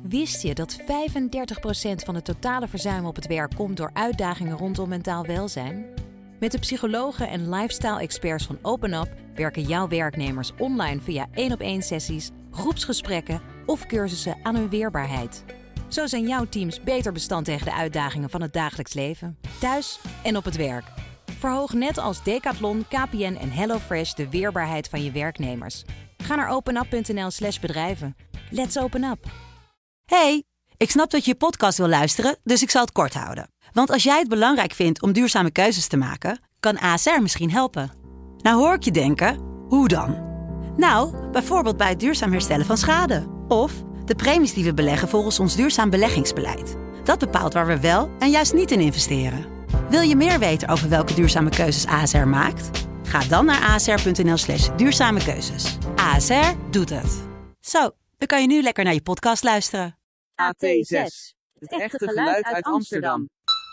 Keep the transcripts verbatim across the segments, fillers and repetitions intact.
Wist je dat vijfendertig procent van het totale verzuim op het werk komt door uitdagingen rondom mentaal welzijn? Met de psychologen en lifestyle-experts van OpenUp werken jouw werknemers online via één-op-één sessies, groepsgesprekken of cursussen aan hun weerbaarheid. Zo zijn jouw teams beter bestand tegen de uitdagingen van het dagelijks leven, thuis en op het werk. Verhoog net als Decathlon, K P N en HelloFresh de weerbaarheid van je werknemers. Ga naar openup.nl slash bedrijven. Let's open up. Hey, ik snap dat je je podcast wil luisteren, dus ik zal het kort houden. Want als jij het belangrijk vindt om duurzame keuzes te maken, kan A S R misschien helpen. Nou hoor ik je denken, hoe dan? Nou, bijvoorbeeld bij het duurzaam herstellen van schade. Of de premies die we beleggen volgens ons duurzaam beleggingsbeleid. Dat bepaalt waar we wel en juist niet in investeren. Wil je meer weten over welke duurzame keuzes A S R maakt? Ga dan naar asr.nl slash duurzame keuzes. A S R doet het. Zo, dan kan je nu lekker naar je podcast luisteren. A T zes. Het echte geluid uit Amsterdam.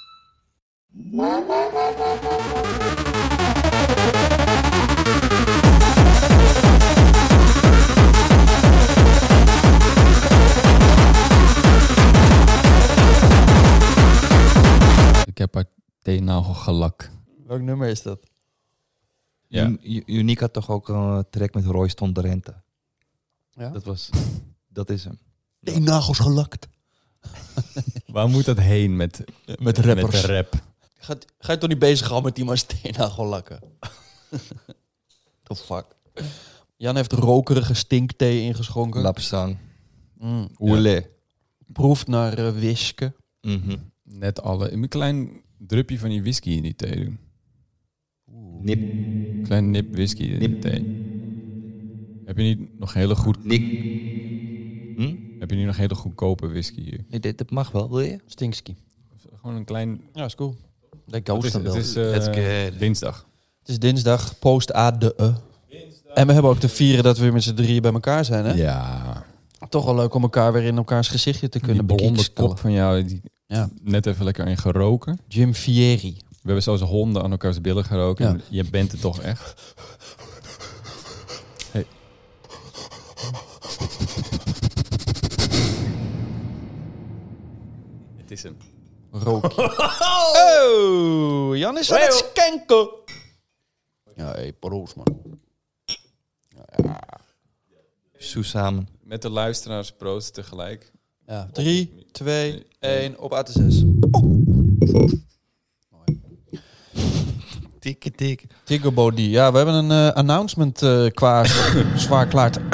Ik heb haar teennagel gelak. Welk nummer is dat? Ja. U- Unique had toch ook een track met Royston de Rente. Ja? Dat was, dat is hem. Nee, nagels gelakt. Waar moet dat heen met, Met rappers. met de rap? Ga, ga je toch niet bezig gaan met iemands teennagel lakken? The fuck? Jan heeft rokerige stinkthee ingeschonken. Lapsang. Mm. Oele. Proeft naar uh, wiske. Mhm. Net alle. Een klein drupje van die whisky in die thee doen. Nip. Een klein nip whisky in Nip. de thee. Heb je niet nog hele goed... Nik. Hm? Heb je niet nog hele goedkope whisky hier? Nee, dit, dit mag wel, wil je? Stinkski. Gewoon een klein... Ja, is cool. Dat Het ghost is, dan wel. het is eh, Let's get it. dinsdag. Het is dinsdag, post-A de E. En we hebben ook te vieren dat we weer met z'n drieën bij elkaar zijn, hè? Ja. Toch wel leuk om elkaar weer in elkaars gezichtje te Die kunnen blonde bekijken. kop van jou, die Ja. net even lekker in geroken. Jim Fieri. We hebben zoals honden aan elkaars billen geroken. Ja. Je bent het toch echt? Hey. Het is hem. Rook. Oh, Jan is aan het skanken. Ja, hey, proost, man. Zo samen. Met de luisteraars proost tegelijk. Ja, drie, twee, één, op A T zes. Tikke tik. Tigger Body. Ja, we hebben een uh, announcement uh, qua zwaar klaar. Te...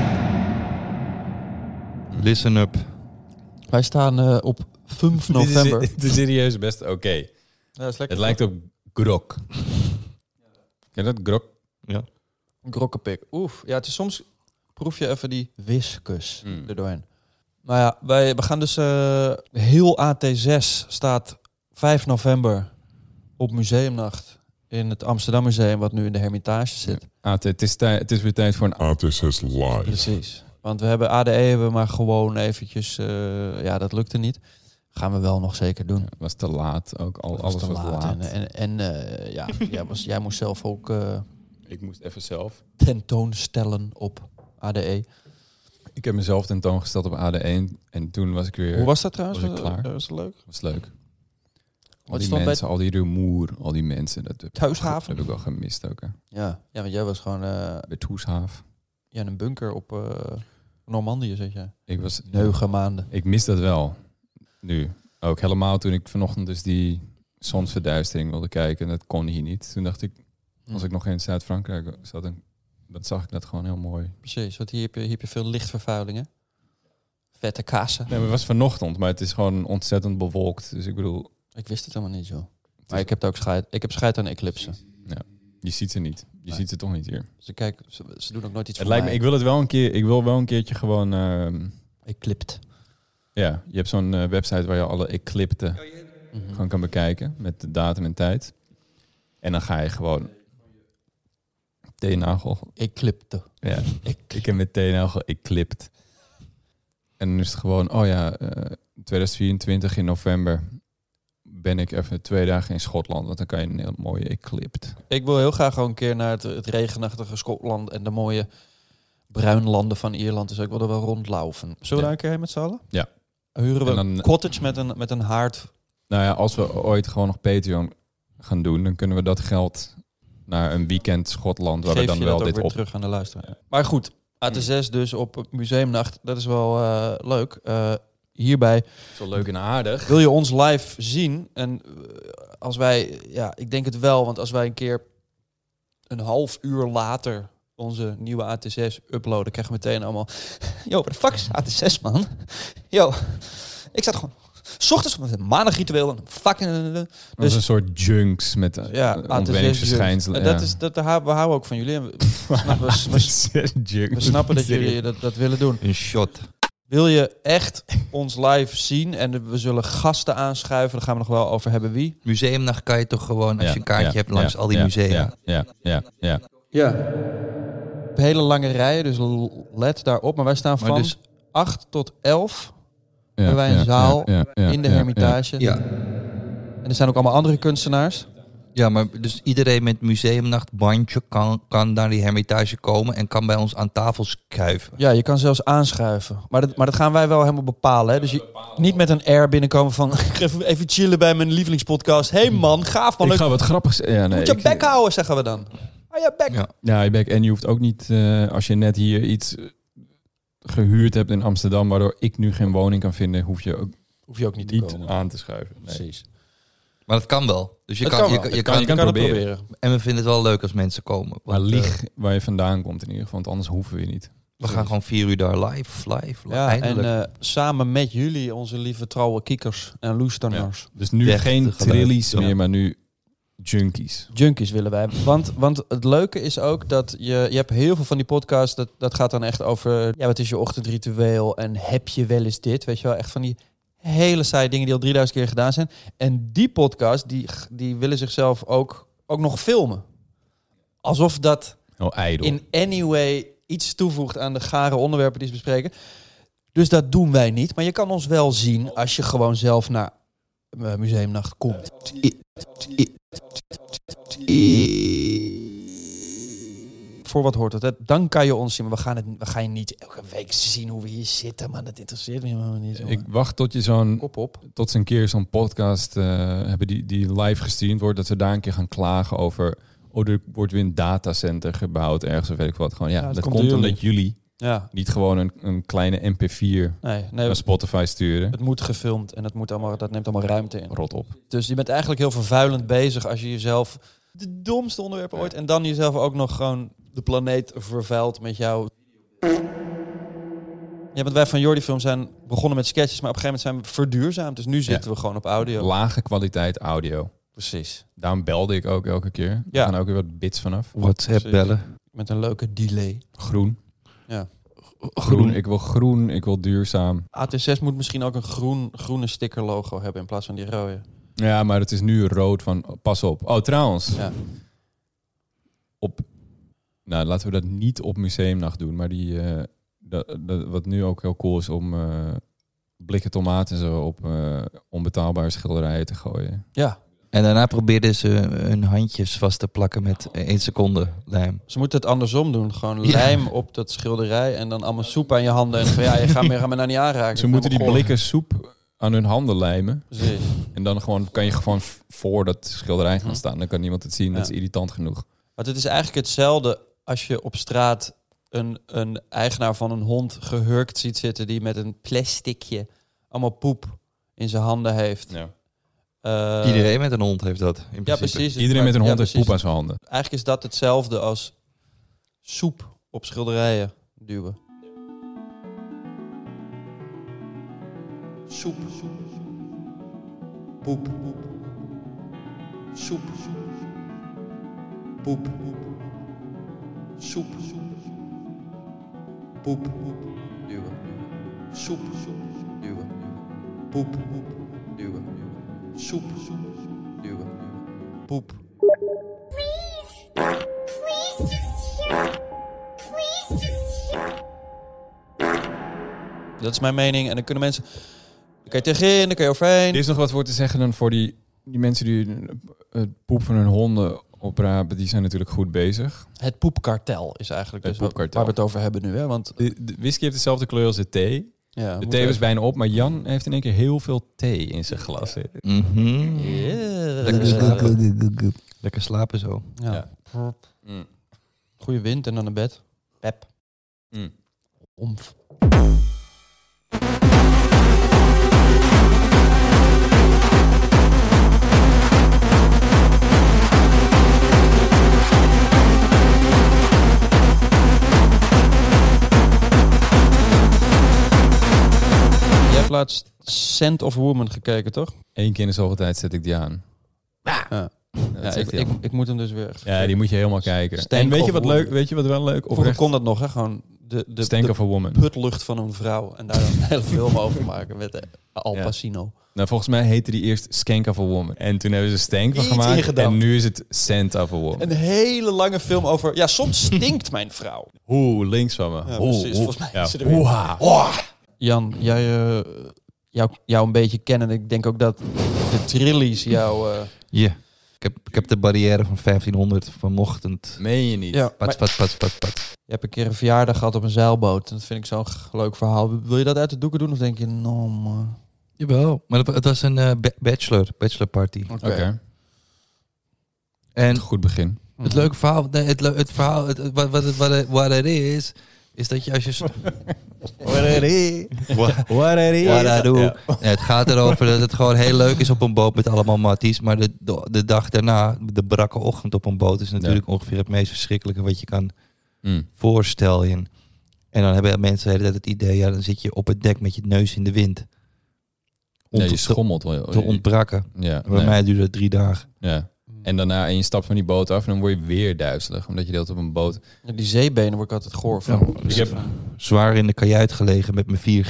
Listen up. Wij staan uh, op vijf november. Het is serieus best oké. Ja, dat is lekker. Het lijkt op grok. Ken je dat? Grok? Ja. Grokkepik. Oef. Ja, het is soms proef je even die whiskus Mm. er doorheen. Nou ja, wij we gaan dus uh, heel A T zes staat vijf november op museumnacht in het Amsterdam Museum, wat nu in de Hermitage zit. Ah, het, het, is tij- het is weer tijd voor een... A T zes Live. Precies. Want we hebben A D E hebben we maar gewoon eventjes, uh, ja, dat lukte niet. Gaan we wel nog zeker doen. Het was te laat. Ook al, Het alles te was laat. En, en, en uh, ja, jij, was, jij moest zelf ook uh, Ik moest even zelf. tentoonstellen op A D E. Ik heb mezelf tentoongesteld op A D één. En toen was ik weer... Hoe was dat trouwens? was ik klaar. Dat was leuk. was leuk. Al Wat die stond bij- mensen, al die rumoer, al die mensen. Dat heb, Thuishaven? Dat heb ik wel gemist ook. Hè. Ja, ja, want jij was gewoon uh, Bij Toeshaaf. ja, in een bunker op uh, Normandië, zeg jij. Ik was... Neugen maanden. Ik mis dat wel. Nu. Ook helemaal toen ik vanochtend dus die zonsverduistering wilde kijken. En dat kon hier niet. Toen dacht ik, als ik nog in Zuid-Frankrijk zat, dan, dan zag ik dat gewoon heel mooi. Precies, want hier heb je, hier heb je veel lichtvervuiling, hè? Vette kassen. Nee, maar het was vanochtend, maar het is gewoon ontzettend bewolkt. Dus ik bedoel, Ik wist het helemaal niet, joh. is- Maar ik heb het ook scheid. Ik heb scheid aan eclipsen. je ziet ze niet. Je Nee. ziet ze toch niet hier. Dus ik kijk, ze, ze doen ook nooit iets Het voor lijkt me, mij. ik wil het wel een keer, ik wil wel een keertje gewoon, ehm, Eclipt. ja, je hebt zo'n eh, website waar je alle eclipten Mhm. gewoon kan bekijken met de datum en tijd. En dan ga je gewoon teennagel. Eclipte. Ja, Ik, ik heb mijn teennagel eclipt. En dan is het gewoon, oh ja, eh twintig vierentwintig in november ben ik even twee dagen in Schotland. Want dan kan je een heel mooie eclipt. ik wil heel graag gewoon een keer naar het, het regenachtige Schotland en de mooie bruinlanden van Ierland. Dus ik wil er wel rondlaufen. Zullen we Ja. daar een keer heen met z'n allen? Ja. Huren we En dan- een cottage met een, met een haard. Nou ja, als we ooit gewoon nog Patreon gaan doen, dan kunnen we dat geld naar een weekend Schotland, waar Geef we dan je wel dat ook dit weer op... terug aan de luisteraar. Maar goed, A T zes dus op museumnacht. Dat is wel uh, leuk. Uh, hierbij Zo leuk en aardig. wil je ons live zien. En uh, als wij, ja, ik denk het wel. Want als wij een keer een half uur later onze nieuwe A T zes uploaden, krijgen we meteen allemaal... Yo, wat de fuck is A T zes, man? Yo, ik zat gewoon... 's ochtends met een maandagritueel en fucking... Dat Dus- is een soort junks met Ja, uh, A T zes ontwenningsverschijnselen. En dat is, dat, daar houden- we houden ook van jullie. En we, snappen, we, we, we snappen dat jullie dat, dat willen doen. Een shot. Wil je echt ons live zien en we zullen gasten aanschuiven, daar gaan we nog wel over hebben wie. Museumnacht kan je toch gewoon, als je een kaartje ja, hebt, langs ja, al die ja, musea. Ja, ja, ja, ja. Ja. Hele lange rijen, dus let daarop. Maar wij staan Maar van dus- acht tot elf Ja, hebben wij een ja, zaal ja, ja, ja, in de ja, Hermitage. Ja. En er zijn ook allemaal andere kunstenaars. Ja, maar dus iedereen met museumnacht bandje kan, kan naar die Hermitage komen en kan bij ons aan tafel schuiven. Ja, je kan zelfs aanschuiven. Maar dat, maar dat gaan wij wel helemaal bepalen. Hè? Dus je, niet met een air binnenkomen van... ik ga even, even chillen bij mijn lievelingspodcast. Hé hey man, gaaf man. Ik Leuk. ga wat grappigs... Ja, nee, Moet je ik- bek houden, zeggen we dan. Hou je bek. Ja. Ja, je bek. En je hoeft ook niet, uh, als je net hier iets uh, gehuurd hebt in Amsterdam, waardoor ik nu geen woning kan vinden, hoef je ook Hoef je ook niet te niet komen. aan te schuiven. Nee. Precies. Maar dat kan wel. Dus je Dat kan, kan je, wel. je, Dat kan, kan- je kan het proberen. En we vinden het wel leuk als mensen komen. Maar Want, eh, lieg waar je vandaan komt in ieder geval, want anders hoeven we je niet. we gaan gewoon vier uur daar live, live, Ja, eindelijk. en uh, samen met jullie, onze lieve trouwe kikkers en luisteraars. Dus nu Echt geen geluid. trillies Ja. meer, maar nu junkies. Junkies willen wij. Want, want het leuke is ook dat je... Je hebt heel veel van die podcasts, dat, dat gaat dan echt over... Ja, wat is je ochtendritueel en heb je wel eens dit? Weet je wel, echt van die hele saaie dingen die al drieduizend keer gedaan zijn. En die podcast, die, die willen zichzelf ook, ook nog filmen. Alsof dat Oh, ijdel. in any way iets toevoegt aan de gare onderwerpen die ze bespreken. Dus dat doen wij niet. Maar je kan ons wel zien als je gewoon zelf naar uh, Museumnacht komt. Voor wat hoort het? Hè? Dan kan je ons zien. Maar we gaan, het, we gaan je niet elke week zien hoe we hier zitten. Maar dat interesseert me helemaal niet. Ik wacht tot je zo'n, Kop op. tot ze een keer zo'n podcast uh, hebben die, die live gestreamd wordt, dat we daar een keer gaan klagen over, oh, er wordt weer een datacenter gebouwd ergens of weet ik wat. Gewoon, ja, Ja, dat dat komt komt door omdat jullie Ja, niet gewoon een, een kleine M P vier nee, nee naar Spotify sturen. het moet gefilmd en het moet allemaal, dat neemt allemaal ruimte in. Rot op. Dus je bent eigenlijk heel vervuilend bezig als je jezelf de domste onderwerpen ooit en dan jezelf ook nog gewoon de planeet vervuilt met jou. Ja, want wij van Jordi Film zijn begonnen met sketches, maar op een gegeven moment zijn we verduurzaamd. Dus nu zitten Ja. we gewoon op audio. Lage kwaliteit audio. Precies. Daarom belde ik ook elke keer. Er Ja. gaan ook weer wat bits vanaf. WhatsApp Precies. bellen. Met een leuke delay. Groen. Ja. Groen. Ik wil groen. Ik wil duurzaam. A T zes moet misschien ook een groen, groene sticker logo hebben in plaats van die rode. Ja, maar het is nu rood van pas op. Oh, trouwens. Ja. Op, nou, laten we dat niet op museumnacht doen. Maar die, uh, dat, dat, wat nu ook heel cool is om uh, blikken tomaten en zo op uh, onbetaalbare schilderijen te gooien. Ja. En daarna probeerden ze hun handjes vast te plakken met één seconde lijm. Ze moeten het andersom doen. Gewoon Ja. lijm op dat schilderij en dan allemaal soep aan je handen. En van ja, je gaat me, ga me nou niet aanraken. Ze moeten die Goor. blikken soep aan hun handen lijmen. Precies. En dan gewoon, kan je gewoon v- voor dat schilderij gaan staan. Dan kan niemand het zien. Ja. Dat is irritant genoeg. Want het is eigenlijk hetzelfde als je op straat een, een eigenaar van een hond gehurkt ziet zitten die met een plasticje allemaal poep in zijn handen heeft. Ja. Uh, Iedereen met een hond heeft dat, in principe. Ja, precies. Iedereen met een Ja, hond heeft precies. poep aan zijn handen. Eigenlijk is dat hetzelfde als soep op schilderijen duwen. Soep. Poep. Soep. Poep. Soep. Poep. Duwen. Soep. Duwen. Poep. Duwen. Soep. Duwen. Poep. Dat is mijn mening. En dan kunnen mensen... Dan kan je tegenin, dan kan je overheen. Er is nog wat voor te zeggen dan voor die, die mensen die het poep van hun honden oprapen. Die zijn natuurlijk goed bezig. Het poepkartel is eigenlijk Het dus wat- poepkartel. waar we het over hebben nu. Hè? Want De, de whisky heeft dezelfde kleur als de thee. ja, De moet thee was even- bijna op, maar Jan heeft in één keer heel veel thee in zijn glas zitten. Mhm. Yeah. Lekker slapen. Lekker slapen zo. Ja. Ja. Mm. Goeie wind en dan naar bed. Pep. Mm. Omf. Jij hebt laatst Scent of Woman gekeken, toch? Eén keer in de zoveel tijd zet ik die aan. Ja. Dat Ja, zegt ik, hij ik, al. ik moet hem dus weer... echt Ja, die moet je helemaal kijken. Stank en weet je of wat woman. leuk? Weet je wat wel leuk? Vroeger Oprecht. kon dat nog, hè? Gewoon de, de, Stank de of a Woman. putlucht van een vrouw. En daar dan een hele film over maken met eh, Al Ja. Pacino. Nou, volgens mij heette die eerst Skank of a Woman. En toen hebben ze Stank van Iets gemaakt. ingedampt. En nu is het Scent of a Woman. Een hele lange film over... Ja, soms stinkt mijn vrouw. Hoe links van me. Ja, Hoe, precies. hoe. Volgens mij Ja, is ze er weer. hoeha. Oh. Jan, jij, eh, jou, jou een beetje kennen. Ik denk ook dat de trillies jou... eh, Ja. Ik heb, ik heb de barrière van vijftienhonderd vanochtend. Meen je niet? ja, maar Pats, pats, pats, pats, pats. je hebt een keer een verjaardag gehad op een zeilboot. En dat vind ik zo'n g- leuk verhaal. Wil je dat uit de doeken doen? Of denk je, no man... Jawel. Maar het, het was een eh, ba- bachelor, bachelor party. Oké. Oké. En Goed begin. het leuke verhaal, nee, het, le- het verhaal, het, het- wat, wat, het, wat, het, wat het is, is dat je als je... st- Wat het is. Wat het is. Ja, het gaat erover dat het gewoon heel leuk is op een boot met allemaal matties. Maar de, de, de dag daarna, de brakke ochtend op een boot, is natuurlijk ongeveer het meest verschrikkelijke wat je kan Mm. voorstellen. En dan hebben mensen de hele tijd het idee, ja, dan zit je op het dek met je neus in de wind. Om Nee, te, je schommelt wel. te ontbrakken. Ja, Bij nee. mij duurde het drie dagen. Ja. En daarna, en je stapt van die boot af en dan word je weer duizelig. Omdat je deelt op een boot. Ja, die zeebenen word ik altijd goor van. Ja, Ik heb Zwaar in de kajuit gelegen met mijn vier G.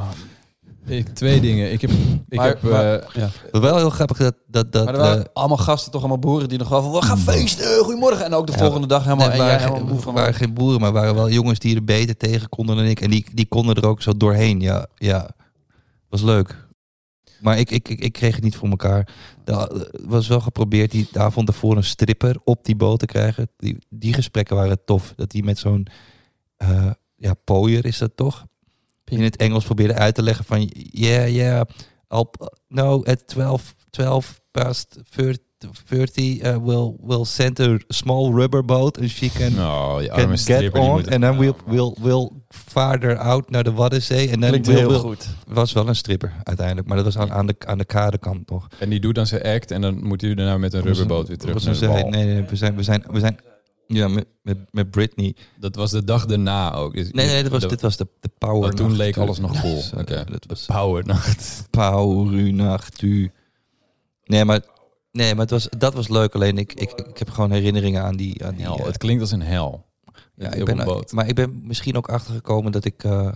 ik, twee dingen. Ik heb, ik Maar- heb maar- eh, ja. Wel heel grappig dat... dat, dat Maar er waren eh, allemaal gasten, toch allemaal boeren die nog wel van... We gaan feesten, goedemorgen. En ook de Ja. volgende dag helemaal... nee, en jij waren, helemaal geen, moe van... waren geen boeren, maar waren wel jongens die er beter tegen konden dan ik. En die, die konden er ook zo doorheen. Ja, ja. Was leuk. Maar ik, ik, ik, ik kreeg het niet voor elkaar. Er was wel geprobeerd die de avond ervoor een stripper op die boot te krijgen. Die, die gesprekken waren tof. Dat die met zo'n... eh, ja, pooier is dat toch? In het Engels probeerde uit te leggen van... Yeah, yeah. I'll, no, at twaalf, twaalf past thirty uh, we'll, we'll send a small rubber boat and she can... nou, je Can arme get stripper. die on moet- and then we'll, Ja, man. we'll, we'll farther out naar de Waddenzee. En dan Klinkt we'll, heel we'll- goed. was wel een stripper uiteindelijk, maar dat was aan, aan de, aan de kadekant nog. En die doet dan zijn act en dan moet hij daarna met een rubberboot weer terug Was naar een de zij- wal. Nee, nee, we zijn, we zijn, we zijn, ja, met, met, met Britney. Dat was de dag daarna ook. Dus- Nee, nee, dat was, de- dit was de, de power. Oh, toen nacht. leek alles nog cool. Dus, eh, Oké. Dat was Powernacht. power nacht. u. Nee, maar, nee, maar het was, dat was leuk. Alleen ik, ik, ik heb gewoon herinneringen aan die... Aan die Hel. eh, Het klinkt als een hel. ja, op ik ben, een boot. maar ik ben misschien ook achtergekomen dat ik eh,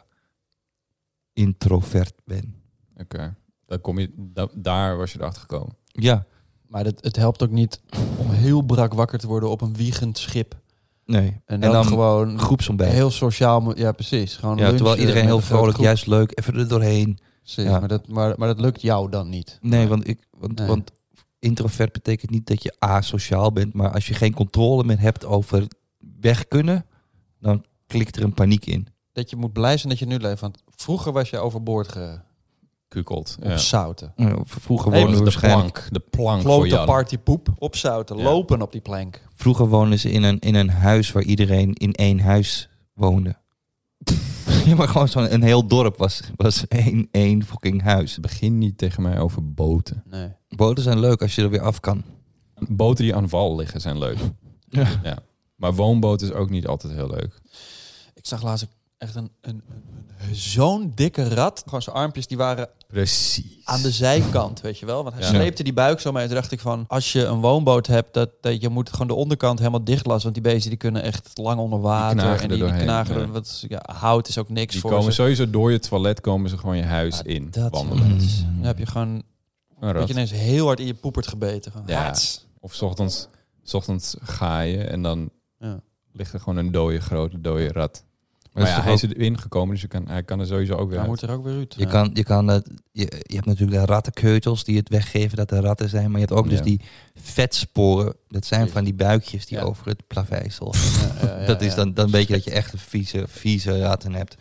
introvert ben. Oké. Dan kom je, da- daar was je erachter gekomen. Ja, Maar het, het helpt ook niet om heel brak wakker te worden op een wiegend schip. nee. En dan, gewoon groepsontbijt. heel sociaal... mo- Ja, precies. Gewoon Ja, terwijl lunchen iedereen met heel een grote vrolijk, groep. juist leuk, even er doorheen. Precies, Ja. maar, dat, maar, maar dat lukt jou dan niet. Nee, want, ik, want, Nee. want introvert betekent niet dat je asociaal bent, maar als je geen controle meer hebt over weg kunnen, dan klikt er een paniek in. Dat je moet blij zijn dat je nu leeft. Want vroeger was je overboord ge... Kukelt. op Ja. zouten. Ja, Vroeger Nee, woonden Dat we was de waarschijnlijk. plank. De plank voor Klote Jan. party poep op zouten. Ja. Lopen op die plank. Vroeger woonden ze in een, in een huis waar iedereen in één huis woonde. Ja, maar gewoon zo'n een heel dorp was, was één, één fucking huis. Begin niet tegen mij over boten. Nee. Boten zijn leuk als je er weer af kan. Boten die aan wal liggen zijn leuk. Ja. Ja. Maar woonboten is ook niet altijd heel leuk. Ik zag laatst echt een, een, een, een- zo'n dikke rat. Gewoon zijn armpjes die waren Precies. aan de zijkant, weet je wel. Want hij Ja. sleepte die buik zo mee. Toen dacht ik van, als je een woonboot hebt, dat, dat je moet gewoon de onderkant helemaal dicht laten. Want die beesten die kunnen echt lang onder water. knagen en er die, die doorheen, knagen ja. er- wat, ja, hout is ook niks Die voor komen ze. sowieso door je toilet, komen ze gewoon je huis Ja, in dat- wandelen. Mm. Dan heb je gewoon, Een dat rat. je ineens heel hard in je poepert gebeten. Gewoon, Ja. hats. Of 's ochtends, 's ochtends ga je en dan Ja. ligt er gewoon een dode, grote dode rat Maar is ja, toch hij ook- is erin gekomen, dus je kan, hij kan er sowieso ook weer Hij uit. moet er ook weer uit. Je Ja. kan, je, kan het, je, je hebt natuurlijk de rattenkeutels die het weggeven dat er ratten zijn. Maar je hebt ook dus Ja. die vetsporen. Dat zijn Precies. van die buikjes die Ja. over het plaveisel. Ja, ja, ja, dat is ja. dan, dan weet je dat je echt een vieze, vieze ratten hebt.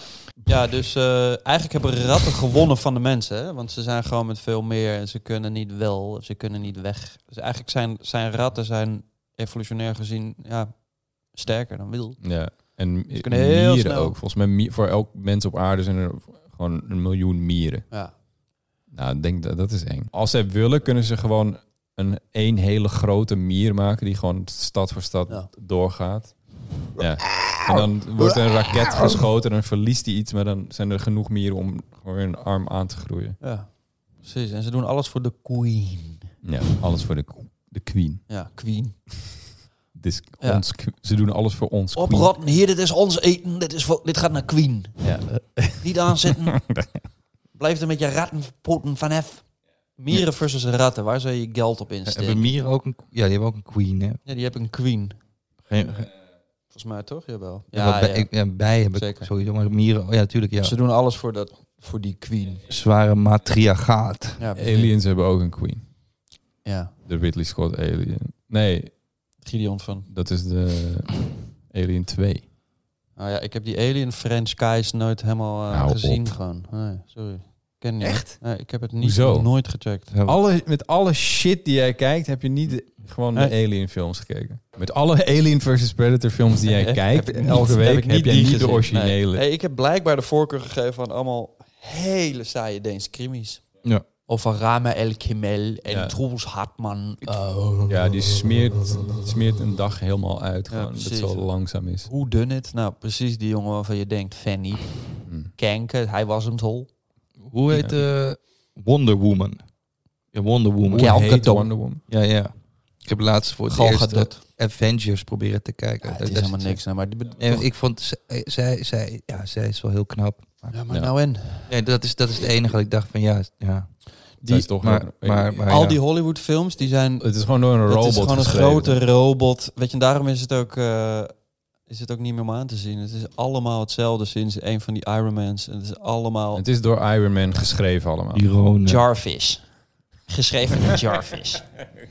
Ja, dus uh, eigenlijk hebben ratten gewonnen van de mensen. Hè? Want ze zijn gewoon met veel meer en ze kunnen niet wel, ze kunnen niet weg. Dus eigenlijk zijn, zijn ratten zijn evolutionair gezien ja, sterker dan wild. Ja, en Ze kunnen heel mieren snel. ook. Volgens mij mier- voor elk mens op aarde zijn er gewoon een miljoen mieren. Ja. Nou, ik denk dat dat is eng. Als zij willen, kunnen ze gewoon een één hele grote mier maken die gewoon stad voor stad Ja. doorgaat. Ja. En dan wordt er een raket geschoten en dan verliest hij iets, maar dan zijn er genoeg mieren om gewoon weer een arm aan te groeien. Ja, precies. En ze doen alles voor de queen. Ja, alles voor de, de queen. Ja, queen. Dit is Ja. ons, ze doen alles voor ons queen. Oprotten, hier, dit is ons eten. Dit, is voor, dit gaat naar queen. Ja. Niet aanzetten. Blijf er met je rattenpoten vanaf. Mieren versus ratten, waar zou je geld op insteken? Hebben mieren ook een... Ja, die hebben ook een queen, hè? Ja, die hebben een queen. Geen, geen- Volgens mij toch? Jawel. ja, Ja, maar bij, ja. ik- ja, bijen hebben Zeker. sowieso, maar mieren... Oh ja, natuurlijk, ja. Ze doen alles voor, dat, voor die queen. Zware matriarchaat. Ja, precies. Aliens hebben ook een queen. Ja, De Ridley Scott Alien. Nee, Gideon van. dat is de Alien twee. Nou ja, ik heb die Alien Franchise nooit helemaal uh, Hou gezien op. gewoon. Nee, sorry. Ken je Echt? Nee, ik heb het niet Hoezo? nooit gecheckt. Ja, Alle, met alle shit die jij kijkt, heb je niet de- gewoon de Nee. Alien films gekeken. Met alle Alien versus Predator films die jij Nee, kijkt, heb ik niet- elke week, heb, niet jij die niet de gezien. originele. Nee. Hey, ik heb blijkbaar de voorkeur gegeven aan allemaal hele saaie Deense krimis. Ja. Of van Rama El Kemel en Ja. Truls Hartman. Oh. Ja, die smeert, smeert een dag helemaal uit. Ja, Gewoon, dat het precies. zo langzaam is. Hoe dun het? Nou, precies die jongen waarvan je denkt, Fanny, Hm. Kenke, hij was hem tol. Hoe heet eh Wonder Woman? Ja, Wonder Woman. Ja, Hoe ook heet het Wonder Woman? Ja, ja. Ik heb laatst voor het Gal eerst Gadot. eh, Avengers proberen te kijken. Ja, het Dat- is dat helemaal niks. Nee, maar die bedo- Nee, ik vond zij, zij, zij, ja, zij is wel heel knap. Maar, ja, maar Ja. nou en? nee, dat is dat is het enige dat ik dacht van ja, ja. Die is toch maar, een- maar, maar, Al ja. die Hollywood films, die zijn... Het is gewoon door een Het robot is gewoon een geschreven. grote robot. Weet je, en daarom is het ook... eh, is het ook niet meer om aan te zien. Het is allemaal hetzelfde sinds een van die Iron Mans. Het is allemaal Het is door Iron Man geschreven allemaal. Ironen. Jarvis. Geschreven door Jarvis.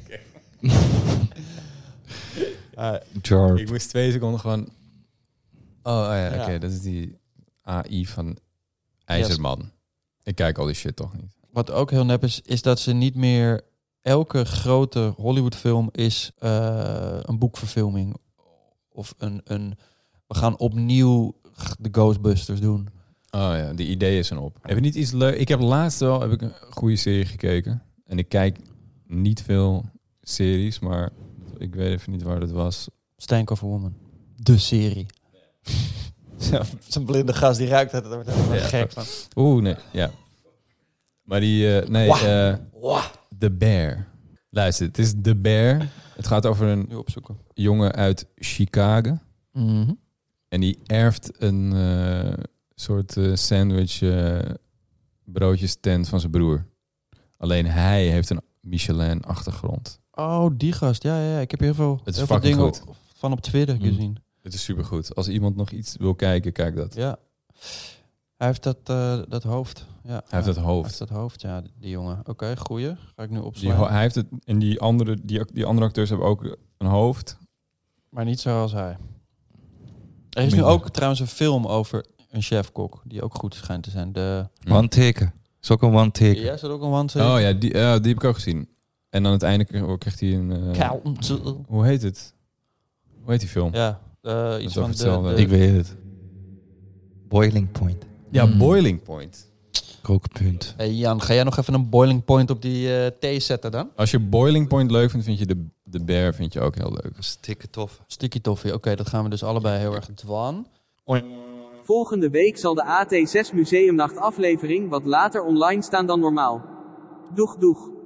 Jar. Ik moest twee seconden gewoon... Oh, oh ja, oké. Ja. Dat is die A I van IJzerman. Ik kijk al die shit toch niet. Wat ook heel nep is, is dat ze niet meer... Elke grote Hollywood-film is eh, een boekverfilming. Of een, een... We gaan opnieuw de Ghostbusters doen. Oh ja, die ideeën zijn op. Heb je niet iets leuk? Ik heb laatst wel heb ik een goede serie gekeken. En ik kijk niet veel series, maar ik weet even niet waar dat was. Stank of a Woman. De serie. Ja, zo'n blinde gast die ruikt het. Daar wordt helemaal Ja. gek van. Oeh, nee, ja. Maar die, eh, nee, Wah. eh Wah. The Bear. Luister, het is The Bear. Het gaat over een Nu opzoeken. jongen uit Chicago. Mhm. En die erft een eh, soort eh, sandwich eh broodjes tent van zijn broer. Alleen hij heeft een Michelin-achtergrond. Oh, die gast. Ja, ja, ja. Ik heb heel veel, is heel veel fucking dingen goed. op- van op Twitter Mm. gezien. Het is supergoed. Als iemand nog iets wil kijken, kijk dat. Ja. Hij heeft dat, eh, dat hoofd. Ja. Hij heeft dat Hij hoofd. heeft dat hoofd, ja, die jongen. Oké, goeie. Ga ik nu Die, opslaan. ho- hij heeft het, en die andere, die, die andere acteurs hebben ook een hoofd. Maar niet zoals hij. Er is nu Minder. ook trouwens een film over een chefkok. Die ook goed schijnt te zijn. De... One taker. Is ook een one taker. Ja, is dat ook een one Oh ja, die, ja, die heb ik ook gezien. En aan het einde kreeg kreeg hij een... eh, Count. hoe heet het? Hoe heet die film? Ja, eh, iets is van ook de, hetzelfde. de- Ik weet het. Boiling point. Ja, Mm. Boiling Point. Kookpunt. Hey Jan, ga jij nog even een boiling point op die eh, thee zetten dan? Als je Boiling Point leuk vindt, vind je de, de Bear vind je ook heel leuk. Stikke tof. Sticky toffee. Oké, dat gaan we dus allebei heel erg dwan. Volgende week zal de A T zes Museumnacht aflevering wat later online staan dan normaal. Doeg doeg.